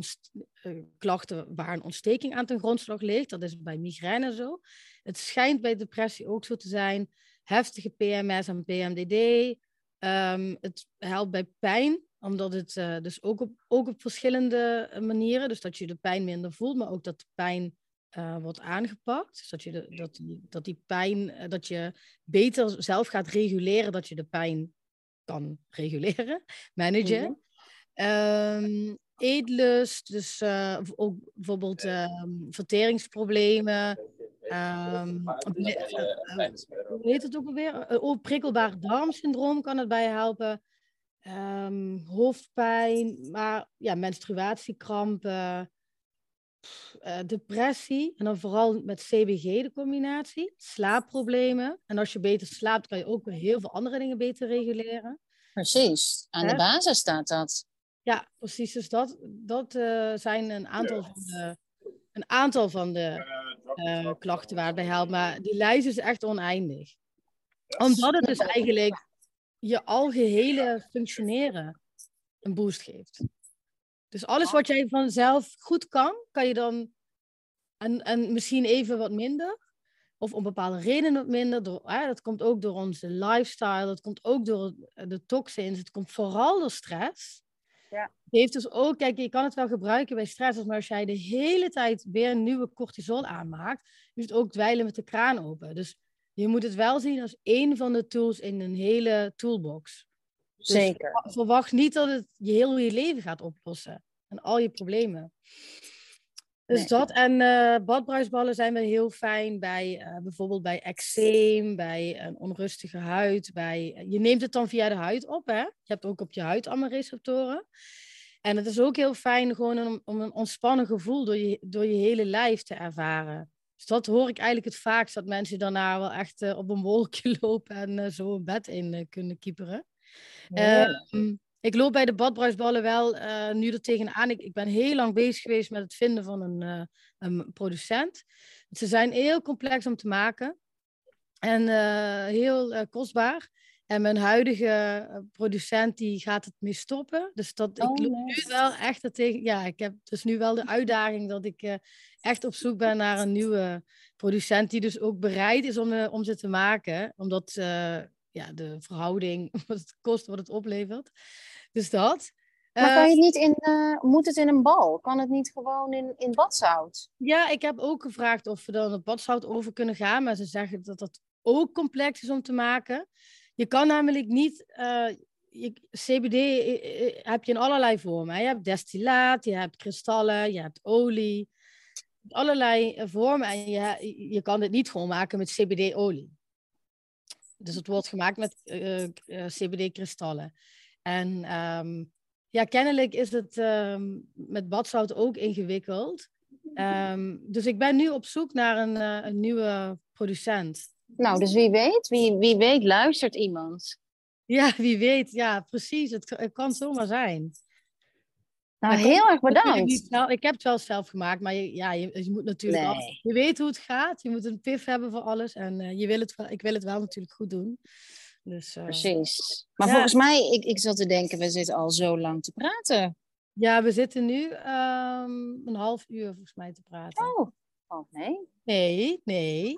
klachten waar een ontsteking aan ten grondslag ligt. Dat is bij migraine zo. Het schijnt bij depressie ook zo te zijn. Heftige PMS en PMDD. Het helpt bij pijn, omdat het dus ook op verschillende manieren, dus dat je de pijn minder voelt, maar ook dat de pijn wordt aangepakt. Dus dat die pijn, dat je beter zelf gaat reguleren, dat je de pijn kan reguleren, managen. Eetlust, dus ook bijvoorbeeld verteringsproblemen. Hoe heet het ook alweer? Prikkelbaar darmsyndroom kan het bij helpen. Hoofdpijn, maar ja, menstruatiekrampen, depressie en dan vooral met CBG de combinatie, slaapproblemen. En als je beter slaapt, kan je ook weer heel veel andere dingen beter reguleren. Precies, aan de basis staat dat. Ja, precies. Dus dat zijn een aantal van de klachten waar het bij helpt. Maar die lijst is echt oneindig. Omdat het dus eigenlijk je algehele functioneren een boost geeft. Dus alles wat jij vanzelf goed kan je dan en misschien even wat minder. Of om bepaalde redenen wat minder. Dat komt ook door onze lifestyle. Dat komt ook door de toxins. Het komt vooral door stress. Ja. Het heeft dus ook, kijk, je kan het wel gebruiken bij stress. Maar als jij de hele tijd weer een nieuwe cortisol aanmaakt, is het ook dweilen met de kraan open. Dus je moet het wel zien als één van de tools in een hele toolbox. Dus zeker. Verwacht niet dat het heel je leven gaat oplossen. En al je problemen. Dus dat en badbruisballen zijn wel heel fijn bij bijvoorbeeld bij eczeem, bij een onrustige huid. Je neemt het dan via de huid op, hè? Je hebt ook op je huid allemaal receptoren. En het is ook heel fijn gewoon om een ontspannen gevoel door je hele lijf te ervaren. Dus dat hoor ik eigenlijk het vaakst, dat mensen daarna wel echt op een wolkje lopen en zo een bed in kunnen kieperen. Ik loop bij de badbruisballen wel nu er tegenaan. Ik ben heel lang bezig geweest met het vinden van een producent. Ze zijn heel complex om te maken. En heel kostbaar. En mijn huidige producent die gaat het mee stoppen. Dus ik loop nu wel echt tegen. Ja, ik heb dus nu wel de uitdaging dat ik echt op zoek ben naar een nieuwe producent die dus ook bereid is om ze te maken. Omdat de verhouding, wat het kost, wat het oplevert. Dus dat. Maar kan je het niet moet het in een bal? Kan het niet gewoon in badzout? Ja, ik heb ook gevraagd of we dan het badzout over kunnen gaan. Maar ze zeggen dat dat ook complex is om te maken. Je kan namelijk niet... CBD heb je in allerlei vormen. Hè? Je hebt destillaat, je hebt kristallen, je hebt olie. Allerlei vormen. En je kan dit niet gewoon maken met CBD-olie. Dus het wordt gemaakt met CBD-kristallen. En kennelijk is het met badzout ook ingewikkeld. Dus ik ben nu op zoek naar een nieuwe producent. Nou, dus wie weet luistert iemand. Ja, wie weet. Ja, precies. Het kan zomaar zijn. Nou, heel erg bedankt. Ik heb het wel zelf gemaakt, maar je moet natuurlijk altijd... Je weet hoe het gaat. Je moet een pif hebben voor alles. En ik wil het wel natuurlijk goed doen. Dus, precies. Maar volgens mij, ik zat te denken, we zitten al zo lang te praten. Ja, we zitten nu een half uur volgens mij te praten. Oh nee. Nee.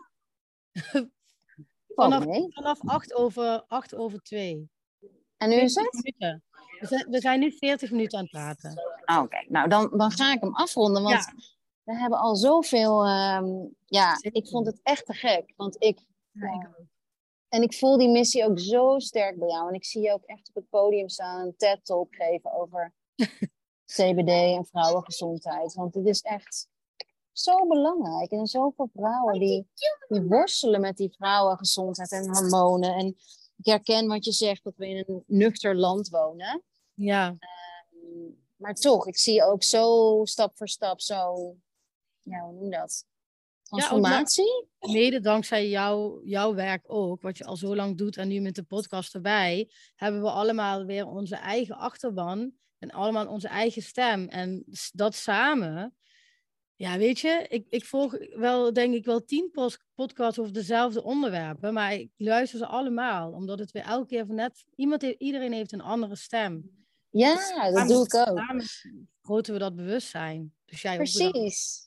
Vanaf 8 over 2. En nu is het? Minuten. We zijn nu 40 minuten aan het praten. Oké, nou dan ga ik hem afronden, want we hebben al zoveel... ik vond het echt te gek, want en ik voel die missie ook zo sterk bij jou. En ik zie je ook echt op het podium staan een TED-talk geven over CBD en vrouwengezondheid. Want het is echt zo belangrijk. En zoveel vrouwen die worstelen met die vrouwengezondheid en hormonen. En ik herken wat je zegt, dat we in een nuchter land wonen. Ja. Maar toch, ik zie ook zo stap voor stap hoe noem je dat? Transformatie? Mede dankzij jouw werk ook, wat je al zo lang doet en nu met de podcast erbij, hebben we allemaal weer onze eigen achterban en allemaal onze eigen stem. En dat samen, ja, weet je, ik volg wel, denk ik, wel 10 podcasts over dezelfde onderwerpen, maar ik luister ze allemaal, omdat het weer elke keer van net, iedereen heeft een andere stem. Ja, dus dat doe ik ook. Samen vergroten we dat bewustzijn. Dus jij precies.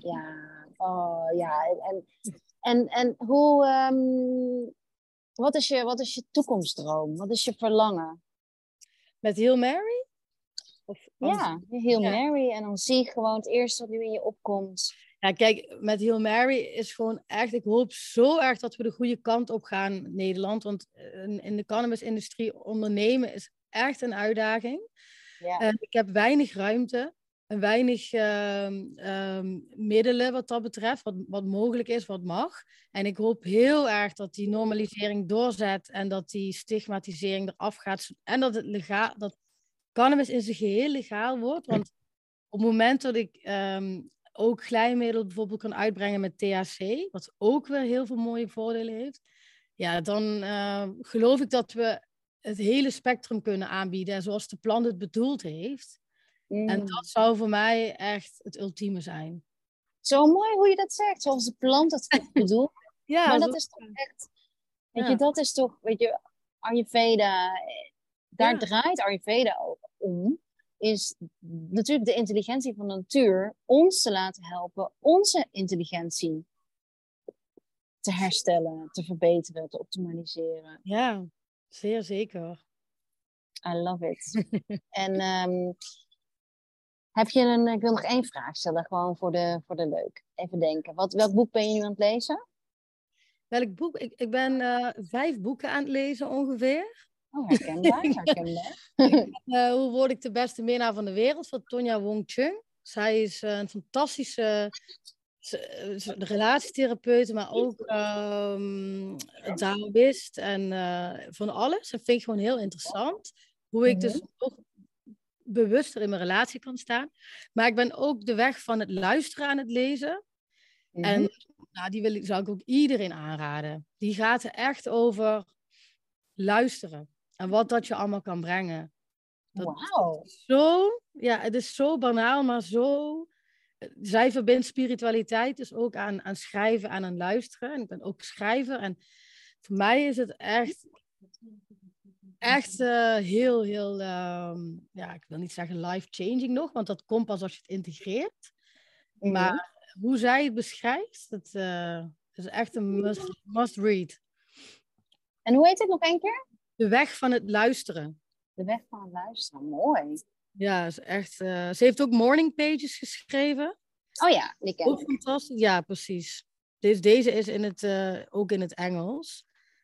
En hoe, wat is je toekomstdroom? Wat is je verlangen? Met Heal Mary? Heal Mary. En dan zie je gewoon het eerste wat nu in je opkomt. Ja, kijk, met Heal Mary is gewoon echt... Ik hoop zo erg dat we de goede kant op gaan in Nederland. Want in de cannabisindustrie ondernemen is echt een uitdaging. Ja. Ik heb weinig ruimte. En weinig middelen wat dat betreft. Wat mogelijk is, wat mag. En ik hoop heel erg dat die normalisering doorzet. En dat die stigmatisering eraf gaat. En dat cannabis in zijn geheel legaal wordt. Want op het moment dat ik ook glijmiddel bijvoorbeeld kan uitbrengen met THC, wat ook weer heel veel mooie voordelen heeft, ja, dan geloof ik dat we het hele spectrum kunnen aanbieden, zoals de plant het bedoeld heeft. En dat zou voor mij echt het ultieme zijn. Zo mooi hoe je dat zegt, zoals de plant het bedoelt. Maar dat is toch echt, dat is toch, Ayurveda, daar draait Ayurveda ook om, is natuurlijk de intelligentie van de natuur ons te laten helpen onze intelligentie te herstellen, te verbeteren, te optimaliseren. Ja, zeer zeker. I love it. En ik wil nog 1 vraag stellen, gewoon voor de leuk. Even denken. Welk boek ben je nu aan het lezen? Welk boek? Ik ben 5 boeken aan het lezen ongeveer. Oh, herkenbaar. Hoe word ik de beste minnaar van de wereld? Van Tonya Wong Chun. Zij is een fantastische relatietherapeut, maar ook Taoïst en van alles. Dat vind ik gewoon heel interessant. Hoe ik dus ook bewuster in mijn relatie kan staan. Maar ik ben ook de weg van het luisteren aan het lezen. En die zou ik ook iedereen aanraden. Die gaat er echt over luisteren. En wat dat je allemaal kan brengen. Wauw. Het is zo banaal, maar zo... Zij verbindt spiritualiteit dus ook aan schrijven en aan luisteren. En ik ben ook schrijver. En voor mij is het echt Echt heel, heel, ja, ik wil niet zeggen life-changing nog, want dat komt pas als je het integreert. Maar hoe zij het beschrijft, dat is echt een must read. En hoe heet het nog een keer? De weg van het luisteren. De weg van het luisteren. Mooi. Ja, is echt. Ze heeft ook morning pages geschreven. Oh ja, die ken Ook ik. fantastisch. Ja, precies. Deze is in het, ook in het Engels.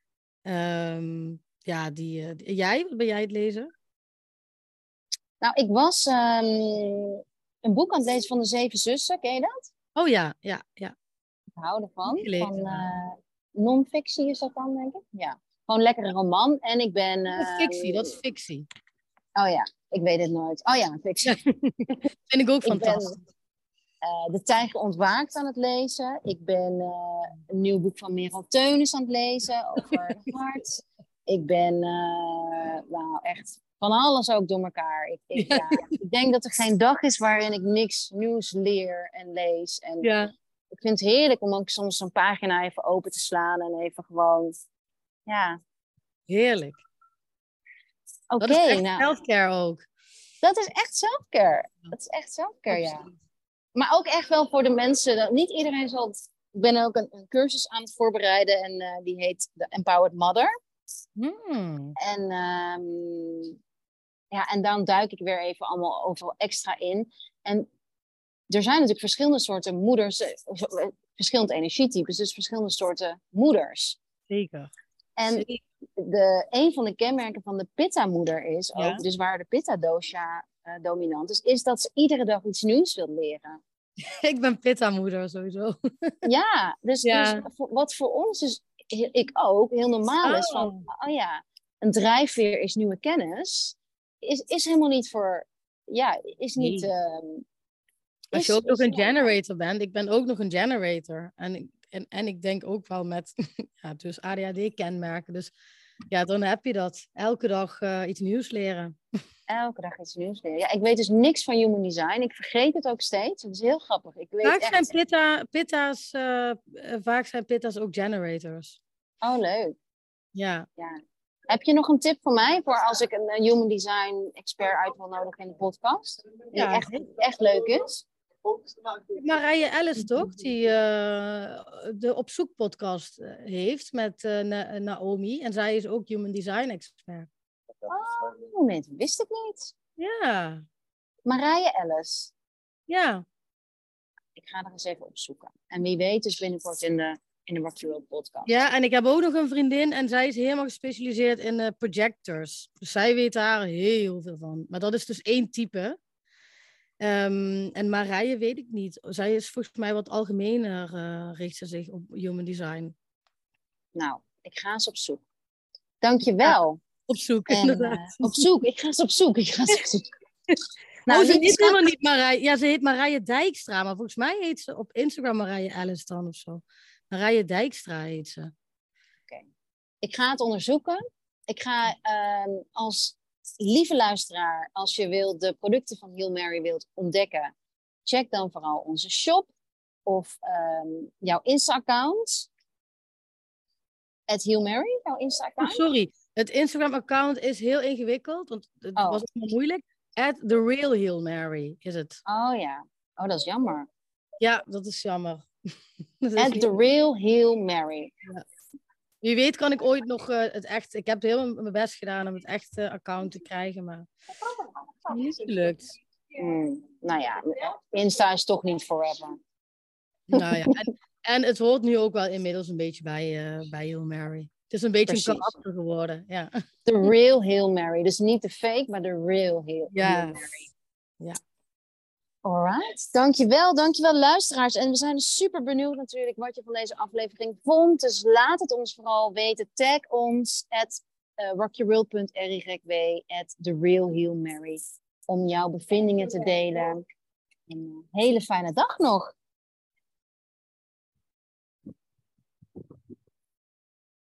Ja, jij, wat ben jij het lezen? Nou, ik was een boek aan het lezen van de Zeven Zussen. Ken je dat? Oh ja. Ik hou ervan. Niet gelezen. Van non-fictie is dat dan, denk ik. Ja. Gewoon een lekkere roman. En ik ben... Dat is fictie. Oh ja, ik weet het nooit. Oh ja, fictie. Vind ik ook Ik ben fantastisch. De Tijger Ontwaakt aan het lezen. Ik ben een nieuw boek van Merel Teunis aan het lezen over het hart. Ik ben nou echt van alles ook door elkaar. Ik denk dat er geen dag is waarin ik niks nieuws leer en lees. En ik vind het heerlijk om ook soms zo'n pagina even open te slaan en even gewoon, ja. Heerlijk. Oké, dat is echt selfcare ook. Dat is echt selfcare. Dat is echt selfcare, ja. Maar ook echt wel voor de mensen. Niet iedereen zal... Ik ben ook een cursus aan het voorbereiden. En die heet The Empowered Mother. En, en dan duik ik weer even allemaal overal extra in. En er zijn natuurlijk verschillende soorten moeders. Verschillende energietypes. Dus verschillende soorten moeders. Zeker. En een van de kenmerken van de Pitta-moeder is ook... Dus waar de Pitta-dosha dominant is dat ze iedere dag iets nieuws wil leren. Ik ben Pitta-moeder sowieso. Ja, dus wat voor ons is, ik ook, heel normaal is van, een drijfveer is nieuwe kennis, is helemaal niet voor, is niet... Nee. Als je ook nog een generator bent, ik ben ook nog een generator. En ik denk ook wel met dus ADHD-kenmerken. Dus ja, dan heb je dat. Elke dag iets nieuws leren. Elke dag iets nieuws leren. Ja, ik weet dus niks van human design. Ik vergeet het ook steeds. Het is heel grappig. Ik weet vaak zijn pitta's ook generators. Oh, leuk. Ja. Heb je nog een tip voor mij? Voor als ik een human design expert uit wil nodigen in de podcast? Die echt leuk is? Marije Ellis toch? Die de Op Zoek podcast heeft met Naomi. En zij is ook human design expert. Oh, nee, dat wist ik niet. Ja. Marije Ellis. Ja. Ik ga er eens even opzoeken. En wie weet dus binnenkort in de Rock Your World podcast. Ja, en ik heb ook nog een vriendin en zij is helemaal gespecialiseerd in projectors. Dus zij weet daar heel veel van. Maar dat is dus één type. En Marije weet ik niet. Zij is volgens mij wat algemener, richt ze zich op human design. Nou, ik ga eens op zoek. Dankjewel. Ja, op zoek, inderdaad. Op zoek, ik ga eens op zoek. Nou, ze heet helemaal niet Marije. Ja, ze heet Marije Dijkstra, maar volgens mij heet ze op Instagram Marije Ellis dan of zo. Marije Dijkstra heet ze. Oké. Ik ga het onderzoeken. Ik ga als lieve luisteraar, als je de producten van Heal Mary wilt ontdekken, check dan vooral onze shop of jouw Insta-account. @Heal Mary, jouw Insta-account. Oh, sorry, het Instagram-account is heel ingewikkeld, want het was ook moeilijk. @TheRealHealMary is het. Oh ja, dat is jammer. Ja, dat is jammer. @TheRealHealMary. Ja. Wie weet kan ik ooit nog het echt... Ik heb heel mijn best gedaan om het echte account te krijgen, maar niet gelukt. Nou ja, Insta is toch niet forever. Nou ja, en het hoort nu ook wel inmiddels een beetje bij Heal Mary. Het is een beetje een karakter geworden, ja. The real Heal Mary. Dus niet de fake, maar de real Heal Mary. Ja. Alright, dankjewel luisteraars. En we zijn super benieuwd natuurlijk wat je van deze aflevering vond. Dus laat het ons vooral weten. Tag ons @rockyourworld.ryw @TheRealHealMary om jouw bevindingen te delen. En een hele fijne dag nog.